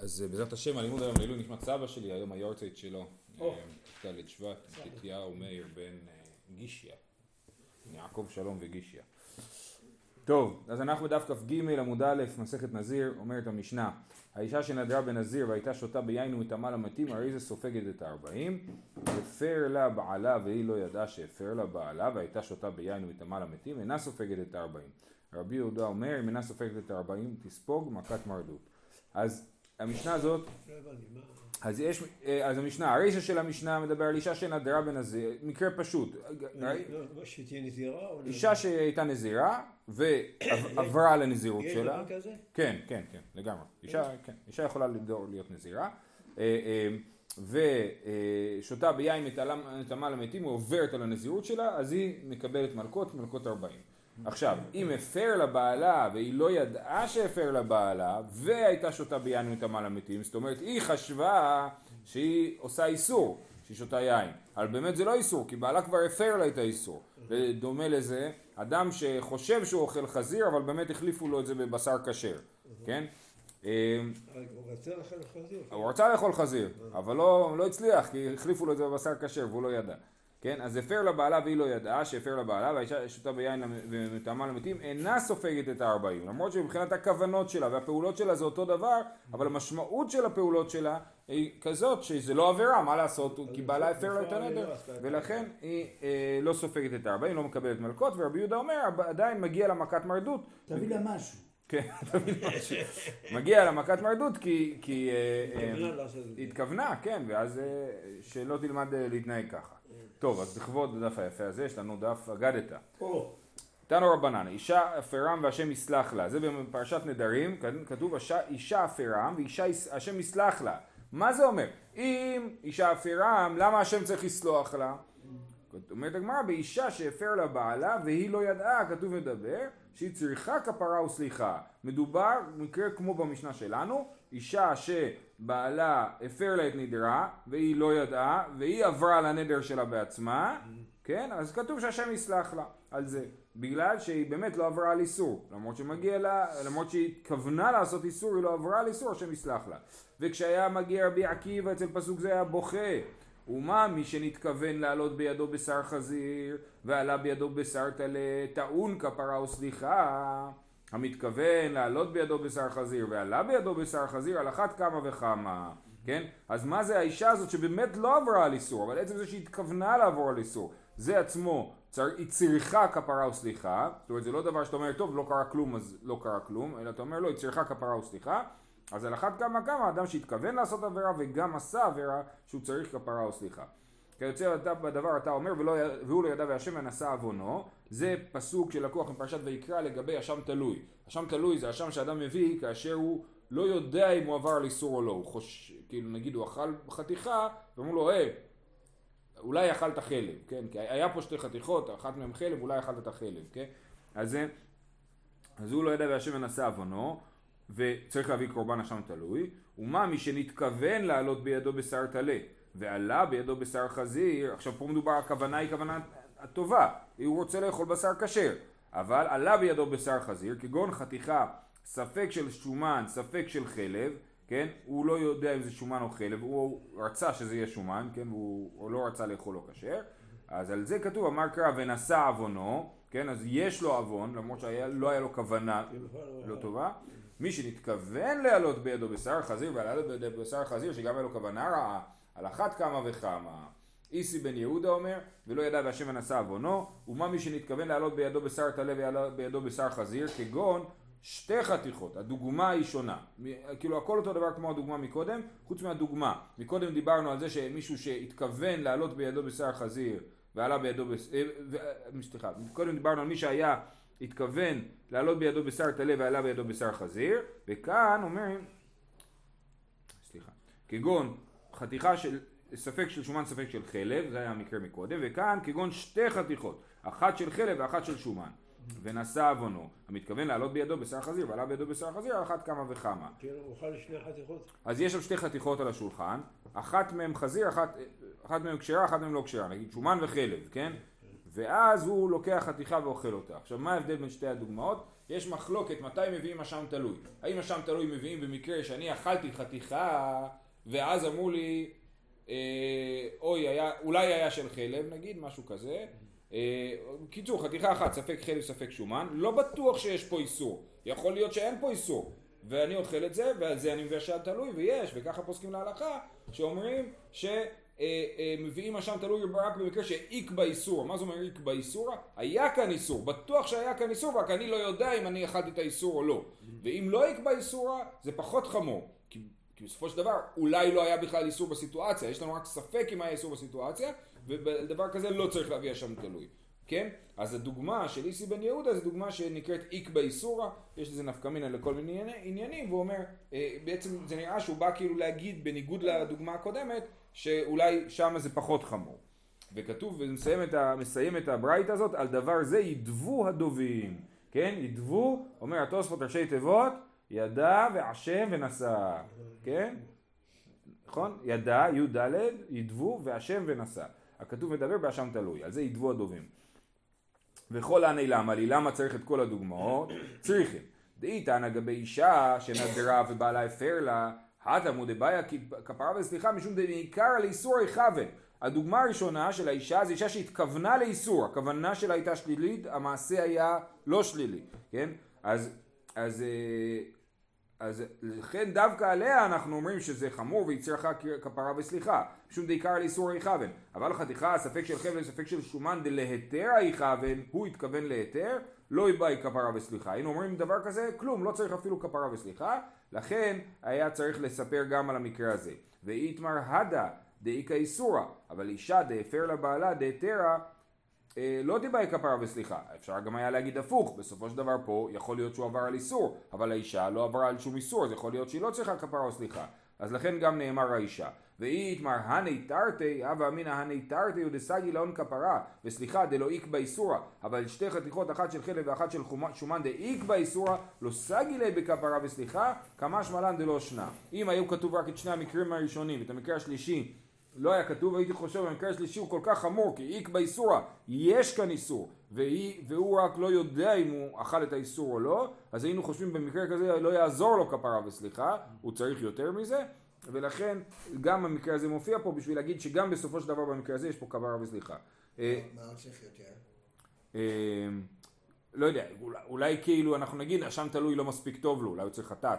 אז בעזרת השם, הלימוד היום לעילוי נשמת סבא שלי, היום היורצייט שלו, ד' שבט, מתתיהו מאיר בן גישיה, יעקב שלום וגישיה. טוב, אז אנחנו בדף כ"ג עמוד א', מסכת נזיר, אומרת המשנה, האישה שנדרה בנזיר והייתה שותה ביין ומטמאה למתים, הרי זה סופגת את 40, הפר לה בעלה והיא לא ידעה שהפר לה בעלה והייתה שותה ביין ומטמאה למתים, אינה סופגת את 40. רבי יהודה אומר, אם אינה סופגת את 40, תספוג מכת מרדות. אז המשנה הזאת, אז המשנה, הרישה של המשנה מדבר על אישה שנדרה בנזיר, מקרה פשוט. שתהיה נזירה? אישה שהייתה נזירה ועברה לנזירות שלה. יש דבר כזה? כן, לגמרי. אישה יכולה להיות נזירה. ושותה ביין מטמאה למתים, היא עוברת על הנזירות שלה, אז היא מקבלת מלכות 40. עכשיו, אם הפר לבעלה והיא לא ידעה שהפר לבעלה והייתה שותה ביין מטמאה למתים, זאת אומרת היא חשבה שהיא עושה איסור, שהיא שותה יין, אבל באמת זה לא איסור, כי בעלה כבר הפר לה את האיסור. ודומה לזה, אדם שחושב שהוא אוכל חזיר, אבל באמת החליפו לו את זה בבשר כשר, כן? הוא רצה לאכול חזיר. הוא רצה לאכול חזיר, אבל לא הצליח, כי החליפו לו את זה בבשר כשר והוא לא ידע. כן, אז הפר לבעלה והיא לא ידעה שהפר לבעלה והאישה שותה ביין ומטמאה למתים אינה סופגת את 40, למרות שמבחינת הכוונות שלה והפעולות שלה זה אותו דבר, אבל המשמעות של הפעולות שלה היא כזאת שזה לא עבירה, מה לעשות, כי בעלה הפר לה את הנדר, ולכן היא לא סופגת את 40, לא מקבלת מלכות, ורבי יהודה אומר עדיין מגיע לה מכת מרדות. תביא לה משהו. כן, תביא לה משהו. מגיע לה מכת מרדות כי התכוונה, כן, ואז שלא תלמד להתנהג ככה. טוב, אז לכבוד הדף היפה הזה, יש לנו דף אגדתא. תנו רבנן, אישה אפרם והשם יסלח לה. זה בפרשת נדרים, כתוב אישה אפרם והשם יסלח לה. מה זה אומר? אם אישה אפרם, למה השם צריך לסלוח לה? אומרת הגמרא, באישה שהפר לה בעלה והיא לא ידעה, כתוב מדבר, שהיא צריכה כפרה וסליחה. מדובר, מקרה כמו במשנה שלנו, אישה שבעלה הפר לה את נדרה והיא לא ידעה והיא עברה לנדר שלה בעצמה, כן? אז כתוב שהשם יסלח לה על זה, בגלל שהיא באמת לא עברה על איסור, למרות שהיא התכוונה לעשות איסור, היא לא עברה על איסור, השם יסלח לה. וכשהיה מגיע רבי עקיבא אצל פסוק זה היה בוכה, ומה מי שנתכוון לעלות בידו בשר חזיר ועלה בידו בשר טלה טעון כפרה וסליחה, המתכוון לעלות בידו בשר חזיר ועלה בידו בשר חזיר על אחת כמה וכמה, כן? אז מה זה האישה הזאת שבאמת לא עברה על איסור, אבל עצם זה שהיא התכוונה לעבור על איסור, זה עצמו היא צריכה כפרה וסליחה. זאת אומרת זה לא דבר שאתה אומר טוב לא קרה כלום אז לא קרה כלום, אלא אתה אומר לא, היא צריכה כפרה וסליחה. אז על אחת כמה אדם שהתכוון לעשות עבירה וגם עשה עבירה שהוא צריך כפרה וסליחה. כיוצא בדבר אתה אומר והוא לא ידע והשם ונשא עוונו, זה פסוק שלקוח מפרשת ויקרא לגבי אשם תלוי. אשם תלוי זה אשם שאדם מביא כאשר הוא לא יודע אם הוא עבר על איסור או לא. הוא כאילו נגיד הוא אכל חתיכה ואומרו לו אולי אכלת חלב, כן? כי היה פה שתי חתיכות, אחת מהם חלב, אולי אכלת את החלב, כן? אז הוא לא ידע והשם ונשא עוונו וצריך להביא קורבן אשם תלוי. ומה מי שנתכוון לעלות בידו בשר טלה ועלה בידו בשר חזיר, עכשיו פה מדובר, הכוונה היא כוונה טובה, הוא רוצה לאכול בשר כשר, אבל עלה בידו בשר חזיר, כגון חתיכה ספק של שומן, ספק של חלב, כן? הוא לא יודע אם זה שומן או חלב, הוא רצה שזה יהיה שומן, כן? הוא לא רצה לאכול לו כשר, אז על זה כתוב, אמר קרא ונשא עוונו, כן? אז יש לו עוון, למרות שלא היה לו כוונה לא טובה. מי שנתכוון לעלות בידו בשר חזיר ועלות בידו בשר חזיר שגם היה לו כוונה רעה, על אחת כמה וכמה. איסי בן יהודה אומר, ולא ידע והשם ונשא עוונו, ומה מי שנתכוון לעלות בידו בשר טלה ועלות בידו בשר חזיר, כגון שתי חתיכות, הדוגמה היא שונה. כאילו הכל אותו דבר כמו הדוגמה מקודם, חוץ מהדוגמה. מקודם דיברנו על זה שמישהו שהתכוון לעלות בידו בשר חזיר ועלה בידו מקודם דיברנו על מי שהיה התכוון לעלות בידו בשר טלה ועלה בידו בשר חזיר, וכאן אומרים, כגון חתיכה של ספק של שומן ספק של חלב, זה היה המקרה מקודם, וכאן כגון שתי חתיכות, אחת של חלב ואחת של שומן, ונשא עוונו, המתכוון לעלות בידו בשר חזיר ועלה בידו בשר חזיר על אחת כמה וכמה. כן, הוא אוכל לשני חתיכות. אז יש שם שתי חתיכות על השולחן, אחת מהם חזיר, אחת מהם כשרה, אחת מהם לא כשרה, נגיד שומן וחלב, כן? ואז הוא לוקח חתיכה ואוכל אותה. עכשיו מה ההבדל בין שתי הדוגמאות? יש מחלוקת מתי מביאים אשם תלוי. האם אשם תלוי מביאים במקרה שאני אכלתי חתיכה ואז אמרו לי אולי היה של חלב, נגיד משהו כזה. קיצור, חתיכה אחת, ספק חלב ספק שומן, לא בטוח שיש פה איסור, יכול להיות שאין פה איסור, ואני אוכל את זה ועל זה אני מביא אשם תלוי, ויש, וככה פוסקים להלכה שאומרים שמביאים אשם תלוי רק במקרה שאיק באיסור. מה זה אומר איק באיסור? היה כאן איסור, בטוח שהיה כאן איסור, רק אני לא יודע אם אני אכלתי את האיסור או לא. ואם לא איק באיסור זה פחות חמור, כי בסופו של דבר אולי לא היה בכלל איסור בסיטואציה, יש לנו רק ספק אם היה איסור בסיטואציה, ובדבר כזה לא צריך להביא אשם תלוי. כן? אז הדוגמה של איסי בן יהודה זו דוגמה שנקראת איק באיסורה, יש לזה נפקא מינה לכל מיני עניינים, והוא אומר, בעצם זה נראה שהוא בא כאילו להגיד בניגוד לדוגמה הקודמת, שאולי שם זה פחות חמור. וכתוב, ומסיים את הברייתא הזאת, על דבר זה ידבו הדובים, כן? ידבו, אומר התוספות ראשי תיבות, ידע ועשם ונשא, כן? נכון? ידע, י' ד', ידבו ועשם ונשא. הכתוב מדבר באשם תלוי, על זה ידבו הדובים. וכל עני למה לי, למה צריך את כל הדוגמאות? צריכים. דאיתן אגבי אישה שנדרה ובעלה הפר לה, התלמוד דבעיה כפרה וסליחה משום דעיקר על איסור איכוון. הדוגמה הראשונה של האישה זה אישה שהתכוונה לאיסור, הכוונה שלה הייתה שלילית, המעשה היה לא שלילי, כן? אז לכן דווקא עליה אנחנו אומרים שזה חמור ויצריכה כפרה וסליחה, משום דעיקר על איסור איכוון. אבל חתיכה, ספק של חבל וספק של שומן דלהתר האיכוון, הוא התכוון להתר, לא יבאי כפרה וסליחה. היינו אומרים דבר כזה, כלום, לא צריך אפילו כפרה וסליחה, לכן היה צריך לספר גם על המקרה הזה. ואיתמר הדה דאיקה איסורה, אבל אישה דאפר לבעלה דהתרה, לא תיבאי כפרה וסליחה. אפשר גם היה להגיד הפוך, בסופו של דבר פה יכול להיות שהוא עבר על איסור, אבל האישה לא עברה על שום איסור, אז יכול להיות שהיא לא צריכה כפרה וסליחה. אז לכן גם נאמר האישה. ואי יתמר הני תרתי, אבא אמינא הני תרתי ודסגי לאון כפרה וסליחה דלא איק באיסורה, אבל שתי חתיכות, אחת של חלב ואחת של שומן דאיק באיסורה, לא סגי לי בכפרה וסליחה, כמה שמלן דלא שנה. אם היו כתוב רק את שני המקרים הראשונים, את המקרה השלישי לא היה כתוב, הייתי חושב במקרה השלישי הוא כל כך חמור, כי איק באיסורה, יש כאן איסור, והוא רק לא יודע אם הוא אכל את האיסור או לא, אז היינו חושבים במקרה כזה לא יעזור לו כפרה וסליחה, הוא צריך יותר מזה, ולכן גם המקרה הזה מופיע פה בשביל להגיד שגם בסופו של דבר במקרה הזה יש פה כפרה וסליחה. מה הוא צריך יותר? לא יודע, אולי כאילו אנחנו נגיד, השם תלוי לא מספיק טוב לו, אולי הוא צריך חטאת.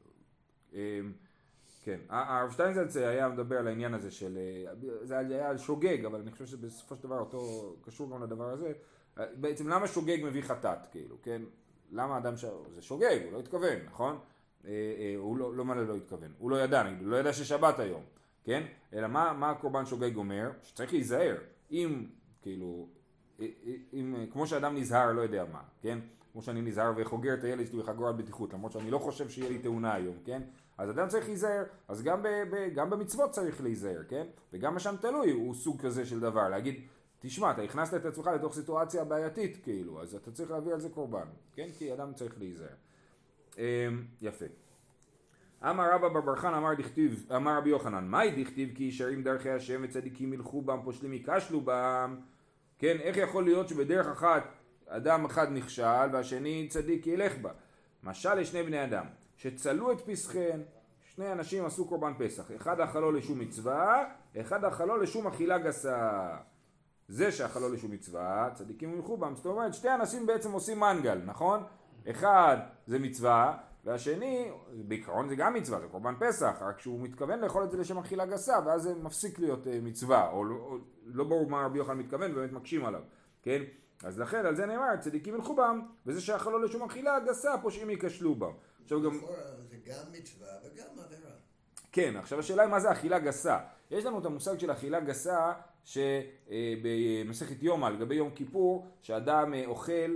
כן, הרב שטיינזלץ היה מדבר על העניין הזה של, זה היה על שוגג, אבל אני חושב שבסופו של דבר אותו קשור גם לדבר הזה, בעצם למה שוגג מביא חטאת, כאילו, כן? למה אדם זה שוגג, הוא לא התכוון, נכון? הוא לא מה לא התכוון, הוא לא ידע, נגיד, הוא לא ידע ששבת היום, כן? אלא מה הקורבן שוגג אומר? שצריך להיזהר, אם, כאילו, כמו שאדם נזהר לא יודע מה, כן? כמו שאני נזהר וחוגר את הילד שלי וחגור על בטיחות, למרות שאני לא חושב שיהיה לי תאונה היום, כן? אז אדם צריך להיזהר, אז גם במצוות צריך להיזהר, כן? וגם השם תלוי הוא סוג כזה של דבר, להגיד, תשמע, אתה הכנסת את עצמך לתוך סיטואציה בעייתית, כאילו, אז אתה צריך להביא על זה קורבן, כן? כי אדם צריך להיזהר. יפה. אמר רבא בר בר חנא אמר רבי יוחנן, מהי דכתיב כי ישרים דרכי השם וצדיקים ילכו בם פושלים ייכשלו בם? כן, איך יכול להיות שבדרך אחת אדם אחד נכשל והשני צדיק ילך בה? משל לשני בני אדם שצלו את פסחן, שני אנשים עשו קורבן פסח, אחד אכלו לשום מצווה, אחד אכלו לשום אכילה גסה. זה שאכלו לשום מצווה, צדיקים ילכו בם. זאת אומרת, שתי אנשים בעצם עושים מנגל, נכון? אחד זה מצווה, והשני, בעיקרון זה גם מצווה, זה קורבן פסח, רק שהוא מתכוון לאכול את זה לשם אכילה גסה, ואז זה מפסיק להיות מצווה, או לא ברור מה רבי יוחנן מתכוון, באמת מקשים עליו, כן? אז לכן על זה נאמר, צדיקים ילכו בם, וזה שאכלו לשום אכילה גסה, פושעים ייכשלו בם. עכשיו גם... זה גם מצווה וגם עבירה. כן, עכשיו השאלה היא מה זה אכילה גסה. יש לנו את המושג של אכילה גסה, שבמסכת יומא, לגבי יום כיפור, שאדם אוכל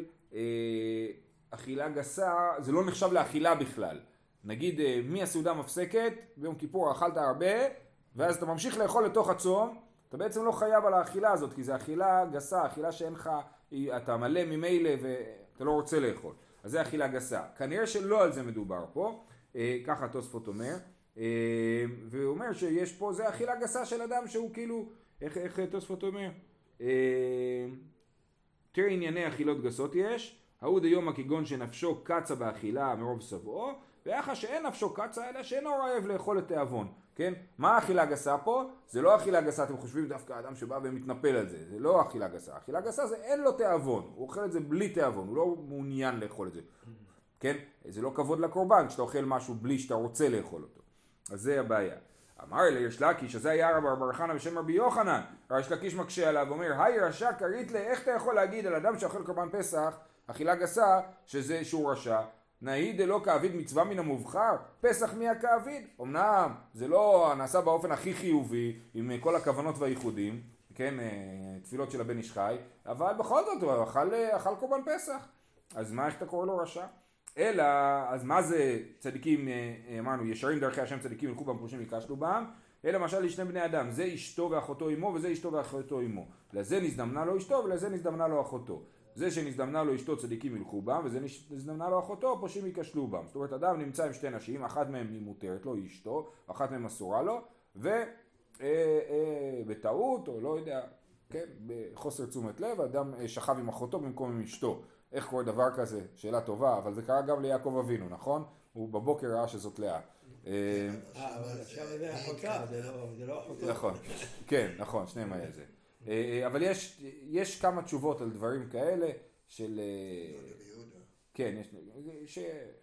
אכילה גסה, זה לא נחשב לאכילה בכלל. נגיד, מהסעודה מפסקת, ביום כיפור אכלת הרבה, ואז אתה ממשיך לאכול לתוך הצום, אתה בעצם לא חייב על האכילה הזאת, כי זה אכילה גסה, אכילה שאין לך, אתה מלא ממילא ואתה לא רוצה לאכול. אז זה אכילה גסה. כנראה שלא על זה מדובר פה, ככה תוספות אומר, והוא אומר שיש פה, זה אכילה גסה של אדם שהוא כאילו, איך תוספות אומר? תראה ענייני אכילות גסות יש, ההוא דיומא כגון שנפשו קצה באכילה מרוב שבעו, ואחר שאין נפשו קצה אלא שאינו רעב לאכול את תיאבון. כן? מה האכילה גסה פה? זה לא אכילה גסה, אתם חושבים דווקא אדם שבא ומתנפל על זה, זה לא אכילה גסה. אכילה גסה זה אין לו תיאבון, הוא אוכל את זה בלי תיאבון, הוא לא מעוניין לאכול את זה. כן? זה לא כבוד לקורבן כשאתה אוכל משהו בלי שאתה רוצה לאכול אותו. אז זה הבעיה. אמר לריש לקיש, שזה היה רב בר חנא בשם רבי יוחנן, ריש לקיש מקשה עליו, אומר, היי רשע קרית לה, איך אתה יכול להגיד על אדם שאוכל קורבן פסח, אכילה גסה, שהוא רשע? נהי דלא כאביד מצווה מן המובחר, פסח מי הכאביד? אמנם זה לא נעשה באופן הכי חיובי, עם כל הכוונות והייחודים, כן, תפילות של הבן איש חי, אבל בכל זאת הוא אכל קורבן פסח, אז מה איך אתה קורא לו רשע? אלא, אז מה זה צדיקים, אמרנו, ישרים דרכי השם צדיקים ילכו בם פרושים ייכשלו בם, אלא למשל לשני בני אדם, זה אשתו ואחותו אמו וזה אשתו ואחותו אמו, לזה נזדמנה לו אשתו ולזה נזדמנה לו אחותו. זה שנזדמנה לו אשתו צדיקים ילכו בם, וזה נזדמנה לו אחותו פרושים ייכשלו בם. זאת אומרת, אדם נמצא עם שתי נשים, אחת מהן היא מותרת לו, היא אשתו, אחת מהן אסורה לו, ובטעות, או לא יודע, כן, בחוסר תשומת לב, אדם שכב עם אחותו במקום עם אשתו. איך קורה דבר כזה? שאלה טובה, אבל זה קרה גם ליעקב אבינו, נכון? הוא בבוקר ראה שזאת לאה. אבל עכשיו זה אחותה, זה לא אחותה. נכון, כן, נכון, שניהם היה זה. אבל יש כמה תשובות על דברים כאלה של... כן, יש...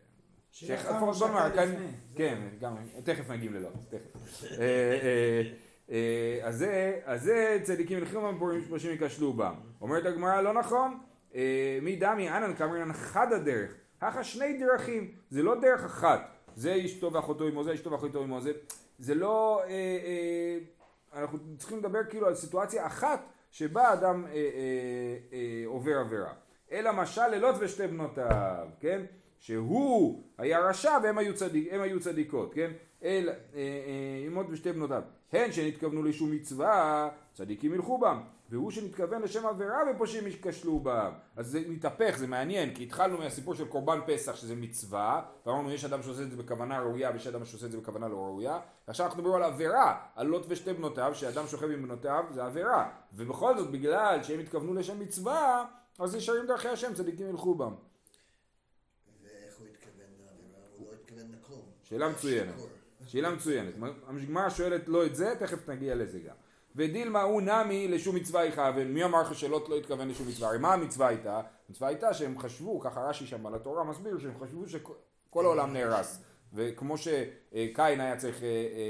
כן, גם, תכף נגיעים ללא, תכף. אז זה צדיקים ילכו בם פרושים ייכשלו בם. אומרת הגמרא לא נכון, מי דמי אנן כאמרינן חד הדרך, הכה שני דרכים, זה לא דרך אחת, זה אשתו ואחותו אמו, זה אשתו ואחותו אמו, זה לא, אנחנו צריכים לדבר כאילו על סיטואציה אחת שבה אדם עובר עבירה, אלא משל ללוט ושתי בנותיו, כן? שהוא היה רשע והם היו צדיקות, כן? לוט ושתי בנותיו, הן שנתכוונו לשום מצווה, צדיקים ילכו בם, והוא שנתכוון לשם עבירה ופושעים ייכשלו בם. אז זה מתהפך, זה מעניין, כי התחלנו מהסיפור של קורבן פסח שזה מצווה, ואמרנו יש אדם שעושה את זה בכוונה ראויה ויש אדם שעושה את זה בכוונה לא ראויה, עכשיו אנחנו מדברים על עבירה, על לוט ושתי בנותיו, שאדם שוכב עם בנותיו זה עבירה, ובכל זאת בגלל שהם התכוונו לשם מצווה, אז ישרים דרכי השם צדיקים ילכו בם. ואיך הוא התכוון לעבירה? הוא לא התכוון לכלום. שאלה מצוינת. הגמרא שואלת לא את זה, תכף נגיע לזה גם. ודילמה הוא נמי לשום מצווה יכוון. מי אמר לך שלוט לא התכוון לשום מצווה? הרי מה המצווה הייתה? המצווה הייתה שהם חשבו, ככה רש"י שם על התורה מסביר, שהם חשבו שכל העולם נהרס. וכמו שקין היה צריך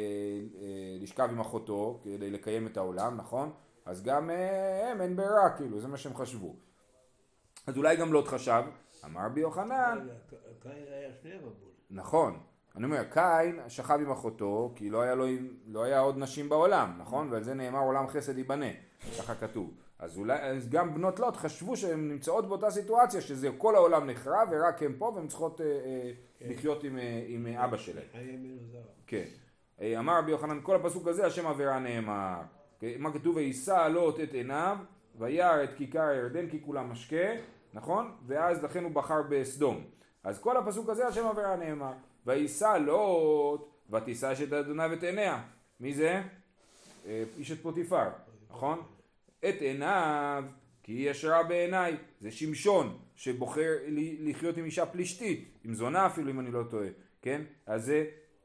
לשכב עם אחותו כדי לקיים את העולם, נכון? אז גם הם אין ברירה, כאילו, זה מה שהם חשבו. אז אולי גם לוט חשב, אמר רבי יוחנן. קין היה שניהם מבול. נכון. אני אומר, קין שכב עם אחותו, כי לא היה עוד נשים בעולם, נכון? ועל זה נאמר עולם חסד ייבנה, ככה כתוב. אז גם בנות לוט חשבו שהן נמצאות באותה סיטואציה, שזה כל העולם נחרב ורק הם פה, והן צריכות לחיות עם אבא שלהם. כן. אמר רבי יוחנן, כל הפסוק הזה, השם עבירה נאמר. מה כתוב? וישא לוט את עיניו, וירא את כיכר הירדן, כי כולם משקה, נכון? ואז לכן הוא בחר בסדום. אז כל הפסוק הזה, השם עבירה נאמר. וישא לוט ותישא אשת אדוניו את עיניה. מי זה? אשת פוטיפר, נכון? את עיניו כי היא ישרה בעיניי. זה שמשון שבוחר לחיות עם אישה פלישתית, עם זונה אפילו אם אני לא טועה, כן? אז זה,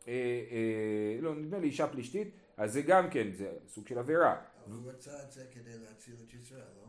לא, נדמה לי אישה פלישתית, אז זה גם כן, זה סוג של עבירה. אבל הוא רצה את זה כדי להציל את ישראל, לא?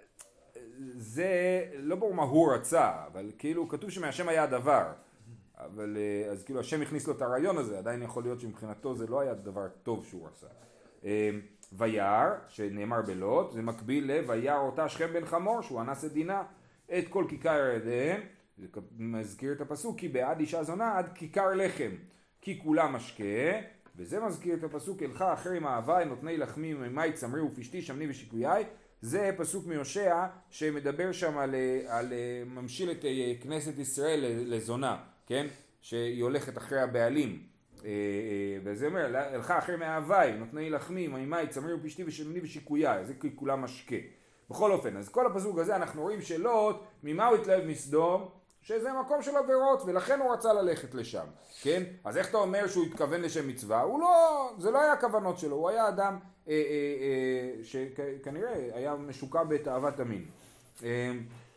זה לא ברור מה הוא רצה, אבל כאילו כתוב שמהשם היה הדבר. אבל אז כאילו השם הכניס לו את הרעיון הזה, עדיין יכול להיות שמבחינתו זה לא היה דבר טוב שהוא עשה. וירא, שנאמר בלוט, זה מקביל לוירא אותה שכם בן חמור, שהוא אנס את דינה, את כל כיכר הירדן, זה מזכיר את הפסוק, כי בעד אישה זונה עד כיכר לחם, כי כולה משקה, וזה מזכיר את הפסוק, אלכה אחרי עם אהבה, נותני לחמי ממי צמרי ופשתי שמני ושיקויי, זה פסוק מיושע שמדבר שם על ממשיל את כנסת ישראל לזונה, כן? שהיא הולכת אחרי הבעלים, וזה אומר, הלכה אחרי מאהבי, נותני לחמי, מימי, צמרי ופשתי ושמני ושיקויי, זה כולה משקה. בכל אופן, אז כל הפסוק הזה אנחנו רואים שלוט, ממה הוא התלהב מסדום? שזה מקום של עבירות, ולכן הוא רצה ללכת לשם, כן? אז איך אתה אומר שהוא התכוון לשם מצווה? הוא לא, זה לא היה הכוונות שלו, הוא היה אדם שכנראה היה משוקע בתאוות המין.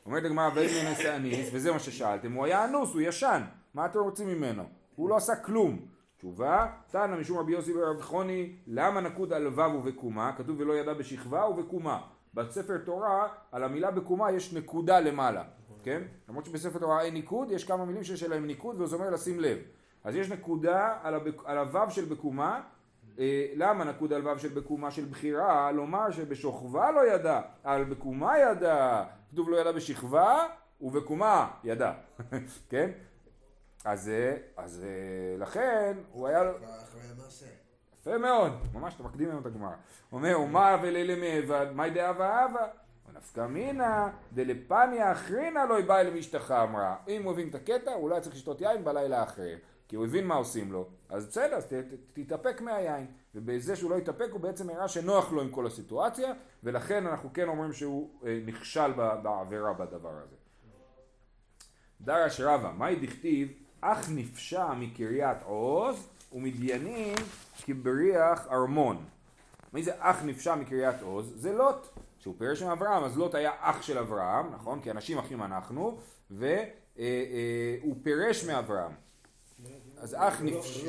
אומרת הגמרא ואם נעשה אניס, וזה מה ששאלתם, הוא היה אנוס, הוא ישן, מה אתם רוצים ממנו? הוא לא עשה כלום. תשובה, תנא משום רבי יוסי ורבי חוני, למה נקוד על וו ובקומה? כתוב ולא ידע בשכבה ובקומה. בספר תורה, על המילה בקומה יש נקודה למעלה, כן? למרות שבספר תורה אין ניקוד, יש כמה מילים שיש להם ניקוד, וזה אומר לשים לב. אז יש נקודה על הוו של בקומה, למה נקוד על וו של בקומה של בחירה? לומר שבשוכבה לא ידע, על בקומה ידע, כתוב לא ידע בשכבה ובקומה ידע, כן? אז לכן הוא היה... אחרי המעשה. יפה מאוד, ממש אתה מקדים לנו את הגמרא. אומר, ומה ולילה מעבד, מה ידעה ואהבה? ונפקא מינה, דלפניה אחרינה לא יבאה למשתחה אמרה. אם הוא הבין את הקטע, הוא לא צריך לשתות יין בלילה אחר. כי הוא הבין מה עושים לו. אז בסדר, אז תתאפק מהיין. ובזה שהוא לא יתאפק, הוא בעצם הראה שנוח לו עם כל הסיטואציה, ולכן אנחנו כן אומרים שהוא נכשל בעבירה בדבר הזה. דרש רבא, מהי דכתיב? אך נפשע מקריית עוז ומדיינים כבריח ארמון. מי זה אך נפשע מקריית עוז? זה לוט, שהוא פירש מאברהם, אז לוט היה אח של אברהם, נכון? כי אנשים אחים אנחנו, והוא פירש מאברהם. אז אך נפשע...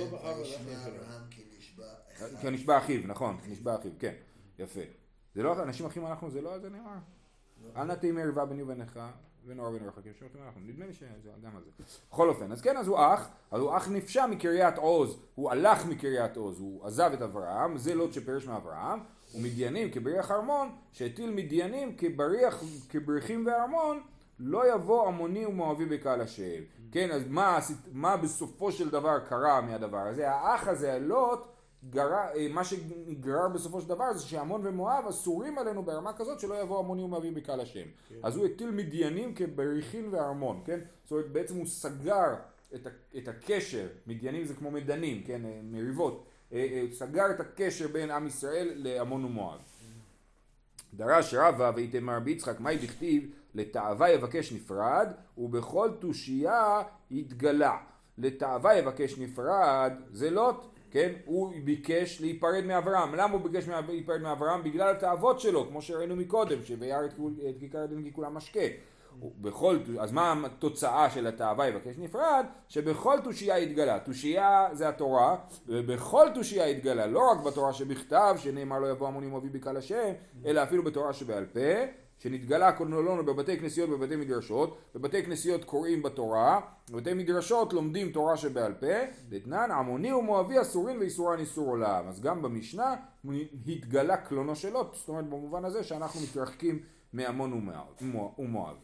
כי נשבע אחיו, נכון, נשבע אחיו, כן, יפה. זה לא, אנשים אחים אנחנו, זה לא, זה נאמר. אל נא תימר ריבה ביני ובינך. ונורא ונורא חכים שאומרים אנחנו, נדמה לי שזה גם על זה. בכל אופן, אז כן, אז הוא אח נפשע מקריית עוז, הוא הלך מקריית עוז, הוא עזב את אברהם, זה לוט שפרש מאברהם, ומדיינים כבריח ארמון, שהטיל מדיינים כבריחים וארמון, לא יבוא עמוני ומואבי בקהל השם. כן, אז מה בסופו של דבר קרה מהדבר הזה? האח הזה, לוט, מה שגרר בסופו של דבר זה שעמון ומואב אסורים עלינו ברמה כזאת שלא יבוא עמוני ומואבי בקהל השם. אז הוא הטיל מדיינים כבריחין וארמון, כן? זאת אומרת בעצם הוא סגר את הקשר, מדיינים זה כמו מדנים, כן? מריבות, הוא סגר את הקשר בין עם ישראל לעמון ומואב. דרש רבא ואיתמר ביצחק מהי דכתיב? לתאווה יבקש נפרד ובכל תושייה יתגלה. לתאווה יבקש נפרד זה לוט, כן? הוא ביקש להיפרד מאברהם. למה הוא ביקש להיפרד מאברהם? בגלל התאוות שלו, כמו שראינו מקודם, שביער את כיכר עדן כולה משקה. אז מה התוצאה של התאווה יבקש נפרד? שבכל תושייה יתגלה. תושייה זה התורה, ובכל תושייה יתגלה, לא רק בתורה שבכתב, שנאמר לא יבוא עמוני ומואבי בקהל השם, אלא אפילו בתורה שבעל פה, שנתגלה קונולונו בבתי כנסיות ובבתי מדרשות. בבתי כנסיות קוראים בתורה, בבתי מדרשות לומדים תורה שבעל פה, דתנן עמוני ומואבי אסורים ואיסורן איסור עולם. אז גם במשנה התגלה קלונו של לוט, זאת אומרת במובן הזה שאנחנו מתרחקים מעמון ומואב.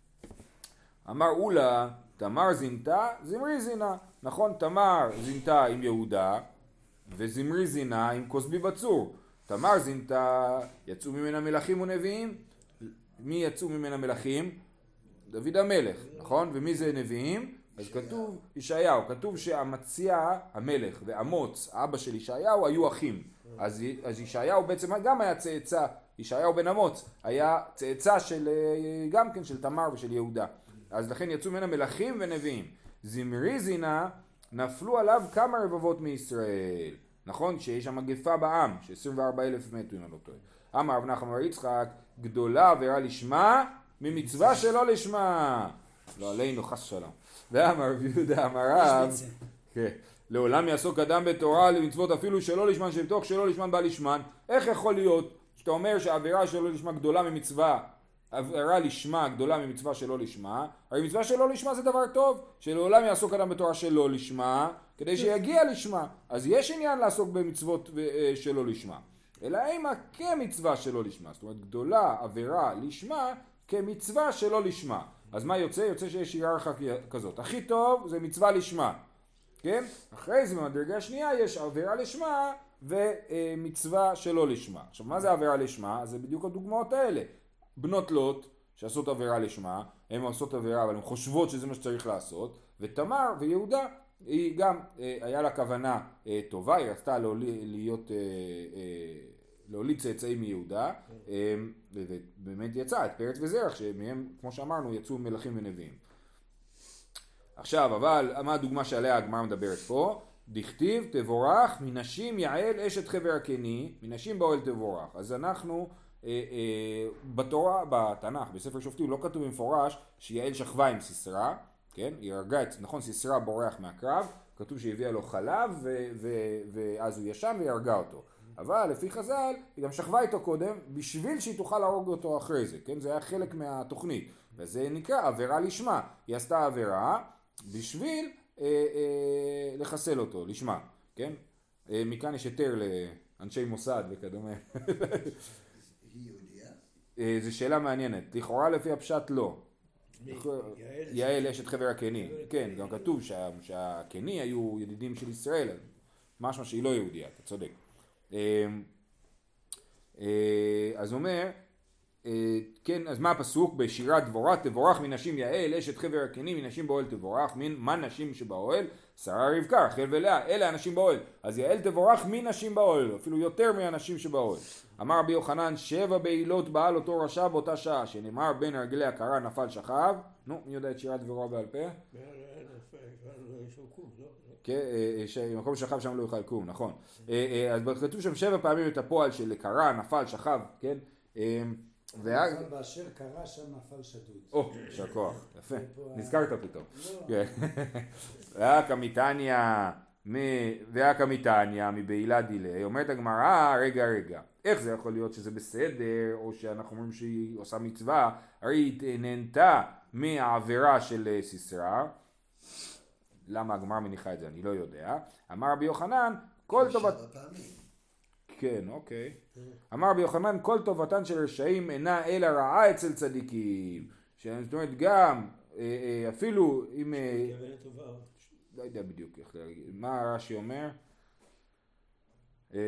אמר אולה, תמר זינתה, זמרי זינה. נכון, תמר זינתה עם יהודה, וזמרי זינה עם כוסבי בצור. תמר זינתה, יצאו ממנה מלכים ונביאים. מי יצאו ממנה מלכים? דוד המלך, נכון? ומי זה נביאים? אז כתוב ישעיהו, כתוב שאמציה המלך ואמוץ, אבא של ישעיהו, היו אחים. אז ישעיהו בעצם גם היה צאצא, ישעיהו בן אמוץ, היה צאצא של, גם כן של תמר ושל יהודה. אז לכן יצאו ממנה מלכים ונביאים. זמרי זינה, נפלו עליו כמה רבבות מישראל. נכון? שיש שם מגפה בעם, ש24,000 מתו אם אני לא טועה. אמר רב נחמן בר יצחק, גדולה עבירה לשמה, ממצווה שלא לשמה. לא עלינו חס שלום. ואמר רב יהודה אמר רב, לעולם יעסוק אדם בתורה למצוות אפילו שלא לשמן, שבתוך שלא לשמן בא לשמן. איך יכול להיות שאתה אומר שהעבירה שלא לשמה גדולה ממצווה, עבירה לשמה גדולה ממצווה שלא לשמה? הרי מצווה שלא לשמה זה דבר טוב, שלעולם יעסוק אדם בתורה שלא לשמה, כדי שיגיע לשמה. אז יש עניין לעסוק במצוות שלא לשמה. אלא אימה כמצווה שלא לשמה. זאת אומרת, גדולה עבירה לשמה כמצווה שלא לשמה. אז מה יוצא? יוצא שיש היררכיה כזאת. הכי טוב זה מצווה לשמה. כן? אחרי זה במדרגה השנייה יש עבירה לשמה ומצווה שלא לשמה. עכשיו, מה זה עבירה לשמה? זה בדיוק הדוגמאות האלה. בנות לוט שעשות עבירה לשמה, הן עושות עבירה אבל הן חושבות שזה מה שצריך לעשות, ותמר ויהודה היא גם, היה לה כוונה טובה, היא רצתה להוליד צאצאים מיהודה, ובאמת יצא את פרץ וזרח, שמהם, כמו שאמרנו, יצאו מלכים ונביאים. עכשיו, אבל, מה הדוגמה שעליה הגמרא מדברת פה? דכתיב תבורך מנשים יעל אשת חבר הקני, מנשים באוהל תבורך. אז אנחנו בתורה, בתנ"ך, בספר שופטים, לא כתוב במפורש שיעל שכבה עם סיסרא, כן? היא הרגה את, נכון, סיסרא בורח מהקרב, כתוב שהיא הביאה לו חלב ואז הוא ישן והיא הרגה אותו. אבל לפי חז"ל, היא גם שכבה איתו קודם בשביל שהיא תוכל להרוג אותו אחרי זה, כן? זה היה חלק מהתוכנית, וזה נקרא עבירה לשמה. היא עשתה עבירה בשביל לחסל אותו, לשמה, כן? מכאן יש יותר לאנשי מוסד וכדומה. היא יהודיה? זו שאלה מעניינת. לכאורה לפי הפשט לא. יעל אשת חבר הקני. כן, גם כתוב שהקני היו ידידים של ישראל. משמע שהיא לא יהודיה, אתה צודק. אז הוא אומר, כן, אז מה הפסוק? בשירת דבורה, תבורך מנשים יעל אשת חבר הקני, מנשים באוהל תבורך, מה נשים שבאוהל? שרה רבקה, רחל ולאה, אלה הנשים באוהל. אז יעל תבורך מנשים באוהל, אפילו יותר מהנשים שבאוהל. אמר רבי יוחנן, 7 בעילות בעל אותו רשע באותה שעה, שנאמר בין הרגלי הקרה נפל שכב. נו, מי יודע את שירת דבורה בעל פה? כן, מקום שכב שם לא יוכל קום, נכון. אז כתוב שם 7 פעמים את הפועל של קרה, נפל, שכב, כן? באשר קרה שם נפל שדוד. או, יישר כוח, יפה, נזכרת פתאום. ואקא מתניא מבעילה דילי, אומרת הגמרא, רגע, איך זה יכול להיות שזה בסדר, או שאנחנו אומרים שהיא עושה מצווה, הרי היא נהנתה מהעבירה של סיסרא, למה הגמרא מניחה את זה, אני לא יודע. אמר רבי יוחנן, כל טובת... כן, אוקיי. אמר רבי יוחנן, כל טובתן של רשעים אינה אלא רעה אצל צדיקים. זאת אומרת, גם, אפילו אם... לא יודע בדיוק איך להגיד. מה רש"י אומר? לא,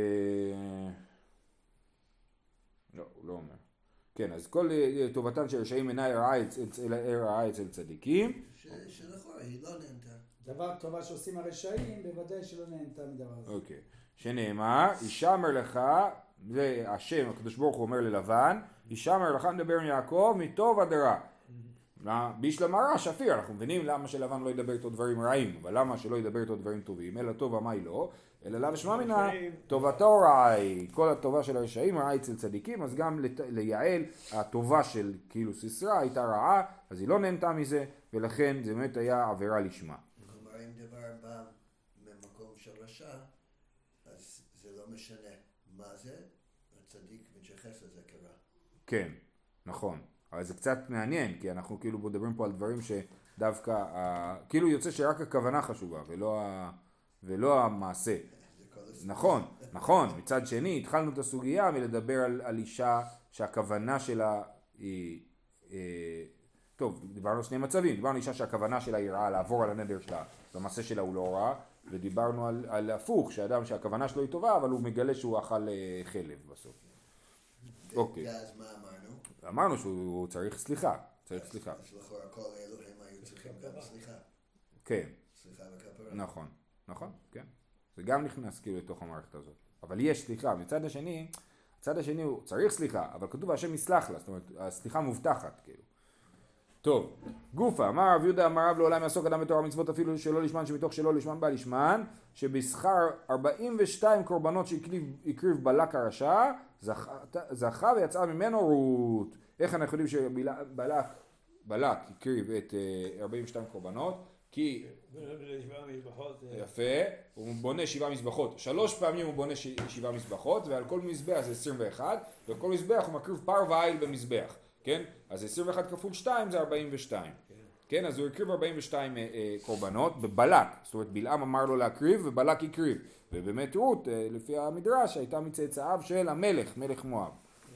הוא לא אומר. כן, אז כל טובתן של רשעים אינה רעה אצל צדיקים. שנכון, היא לא נהנתה. דבר טובה שעושים הרשעים, בוודאי שלא נהנתה מדבר הזה. אוקיי. שנאמר, ישמר לך, זה השם, הקדוש ברוך הוא אומר ללבן, ישמר לך מדבר עם יעקב מטוב עד רע. בישלמה רע שפיר, אנחנו מבינים למה שלבן לא ידבר איתו דברים רעים, אבל למה שלא ידבר איתו דברים טובים, אלא טוב ומה היא לא, אלא למה שמע מנה, טובתו רעה היא, כל הטובה של הרשעים רעה אצל צדיקים, אז גם ליעל הטובה של כאילו סיסרא הייתה רעה, אז היא לא נהנתה מזה, ולכן זה באמת היה עבירה לשמה. כלומר, אם דבר בא ממקום של רשע, אז זה לא משנה מה זה, הצדיק מתייחס לזה כרע. כן, נכון. אבל זה קצת מעניין, כי אנחנו כאילו מדברים פה על דברים שדווקא, כאילו יוצא שרק הכוונה חשובה, ולא המעשה. נכון, נכון. מצד שני, התחלנו את הסוגיה מלדבר על אישה שהכוונה שלה היא... טוב, דיברנו על 2 מצבים. דיברנו על אישה שהכוונה שלה היא רעה, לעבור על הנדר שלה, והמעשה שלה הוא לא רע, ודיברנו על הפוך, שאדם שהכוונה שלו היא טובה, אבל הוא מגלה שהוא אכל חלב בסוף. אוקיי. אז מה אמרנו? אמרנו שהוא צריך סליחה, צריך סליחה. אז לכאורה כל אלוהים היו צריכים גם סליחה. כן. סליחה וכפרה. נכון, נכון, כן. זה גם נכנס כאילו לתוך המערכת הזאת. אבל יש סליחה, מצד השני, הצד השני הוא צריך סליחה, אבל כתוב השם יסלח לה, זאת אומרת, הסליחה מובטחת כאילו. טוב, גופה, אמר רב יהודה אמר רב לעולם יעסוק אדם בתורה מצוות אפילו שלא לשמן, שמתוך שלא לשמן בא לשמן, שבשכר 42 קורבנות שהקריב בלק הרשע, זכה ויצאה ממנו רות. איך אנחנו יודעים שבלק הקריב את 42 קורבנות? כי... יפה, הוא בונה 7 מזבחות. 3 פעמים הוא בונה 7 מזבחות, ועל כל מזבח זה 21, ועל כל מזבח הוא מקריב פר ועיל במזבח. כן? אז 21 כפול 2 זה 42. כן? אז הוא הקריב 42 קורבנות בבלק. זאת אומרת, בלעם אמר לו להקריב ובלק הקריב. ובאמת רות, לפי המדרש, הייתה מצאצאיו של המלך, מלך מואב.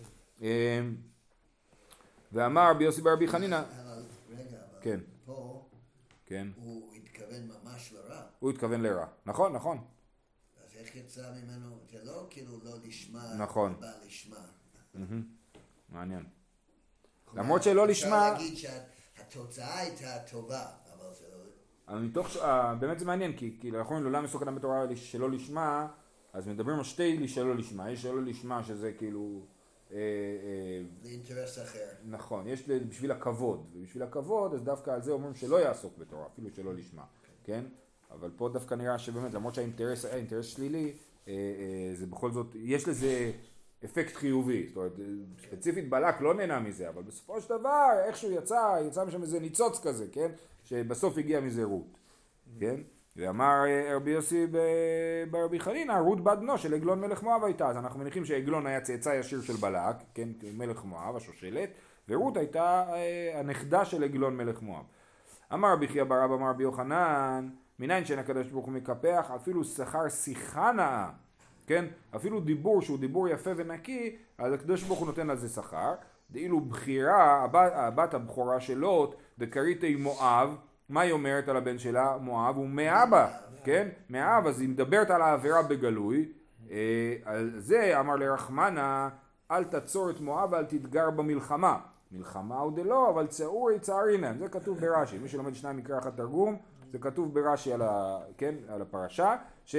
ואמר רבי יוסי ברבי חנינא... רגע, כן. אבל פה כן. הוא התכוון ממש לרע. הוא התכוון לרע. נכון, נכון. אז איך יצא ממנו? זה לא כאילו לא לשמה, נכון. בא לשמה. מעניין. למרות שלא לשמה... אפשר להגיד שהתוצאה הייתה טובה, אבל זה לא... מתוך... באמת זה מעניין, כי אנחנו אומרים לעולם יעסוק אדם בתורה שלא לשמה, אז מדברים על 2 שלא לשמה. יש שלא לשמה שזה כאילו... זה אינטרס אחר. נכון, יש בשביל הכבוד, ובשביל הכבוד אז דווקא על זה אומרים שלא יעסוק בתורה, אפילו שלא לשמה, כן? אבל פה דווקא נראה שבאמת, למרות שהאינטרס היה אינטרס שלילי, זה בכל זאת, יש לזה אפקט חיובי, זאת אומרת, ספציפית בלק לא נהנה מזה, אבל בסופו של דבר, איכשהו יצא משם איזה ניצוץ כזה, כן? שבסוף הגיע מזה רות, כן? ואמר רבי יוסי ברבי חנינא, רות בת בנו של עגלון מלך מואב הייתה, אז אנחנו מניחים שעגלון היה צאצא ישיר של בלק, כן? מלך מואב, השושלת, ורות הייתה הנכדה של עגלון מלך מואב. אמר רבי חייא בר אבא אמר רבי יוחנן, מניין שאין הקדוש ברוך הוא מקפח, אפילו שכר שיחה נאה, כן? אפילו דיבור שהוא דיבור יפה ונקי, אז הקדוש ברוך הוא נותן לזה שכר. דאילו בחירה, הבת הבכורה של לוט, בקריתי מואב, מה היא אומרת על הבן שלה? מואב הוא מאבא, כן? מאב, אז היא מדברת על העבירה בגלוי. על זה אמר לרחמנה, אל תצור את מואב ואל תתגר במלחמה. מלחמה עוד לא, אבל צעורי צערינן. זה כתוב ברש"י. מי שלומד שניים מקרא אחד תרגום, זה כתוב ברש"י על הפרשה,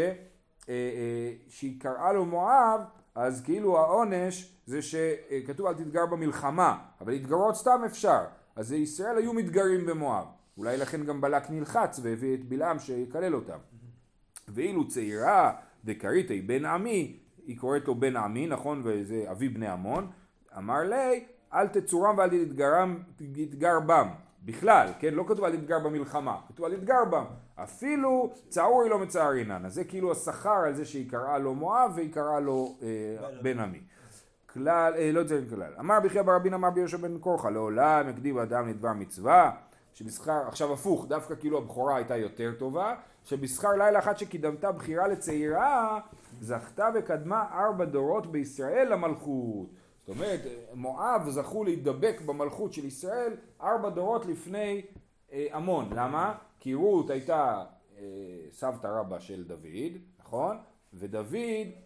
שהיא קראה לו מואב, אז כאילו העונש זה שכתוב אל תתגר במלחמה, אבל להתגרות סתם אפשר. אז ישראל היו מתגרים במואב. אולי לכן גם בלק נלחץ והביא את בלעם שיקלל אותם. ואילו צעירה דקריתי בן עמי, היא קוראת לו בן עמי, נכון? וזה אבי בני עמון. אמר לי, אל תצורם ואל תתגר בם. בכלל, כן? לא כתוב על להתגר במלחמה, כתוב על להתגר בם. אפילו צעורי לא מצערינן. אז זה כאילו השכר על זה שהיא קראה לו מואב והיא קראה לו בן עמי. כלל, לא צריך כלל. אמר בחייא בר רבין אמר ביהושע בן קורחה, לעולם יקדיב אדם לדבר מצווה, שבשכר, עכשיו הפוך, דווקא כאילו הבכורה הייתה יותר טובה, שבשכר לילה אחת שקידמתה בחירה לצעירה, זכתה וקדמה 4 דורות בישראל למלכות. זאת אומרת, מואב זכו להידבק במלכות של ישראל 4 דורות לפני עמון. למה? כי רות הייתה סבתא רבא של דוד, נכון? ודוד,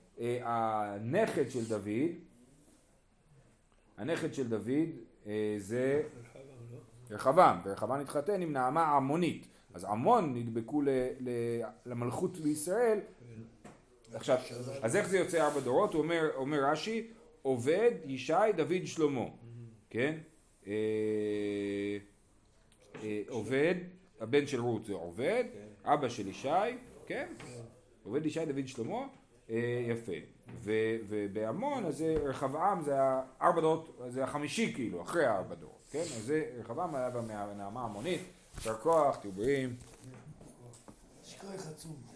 הנכד של דוד זה רחבעם, ורחבעם התחתן עם נעמה עמונית. אז עמון נדבקו למלכות בישראל. עכשיו, אז איך זה יוצא 4 דורות? הוא אומר רש"י, עובד, ישי, דוד, שלמה, כן? עובד, הבן של רות זה עובד, אבא של ישי, כן? עובד, ישי, דוד, שלמה, יפה. ובעמון, אז רחבעם זה 4 דורות, זה 5 כאילו, אחרי 4 דורות, כן? אז זה רחבעם היה מהנעמה המונית, יישר כוח, תהיו בריאים. שכוח עצום.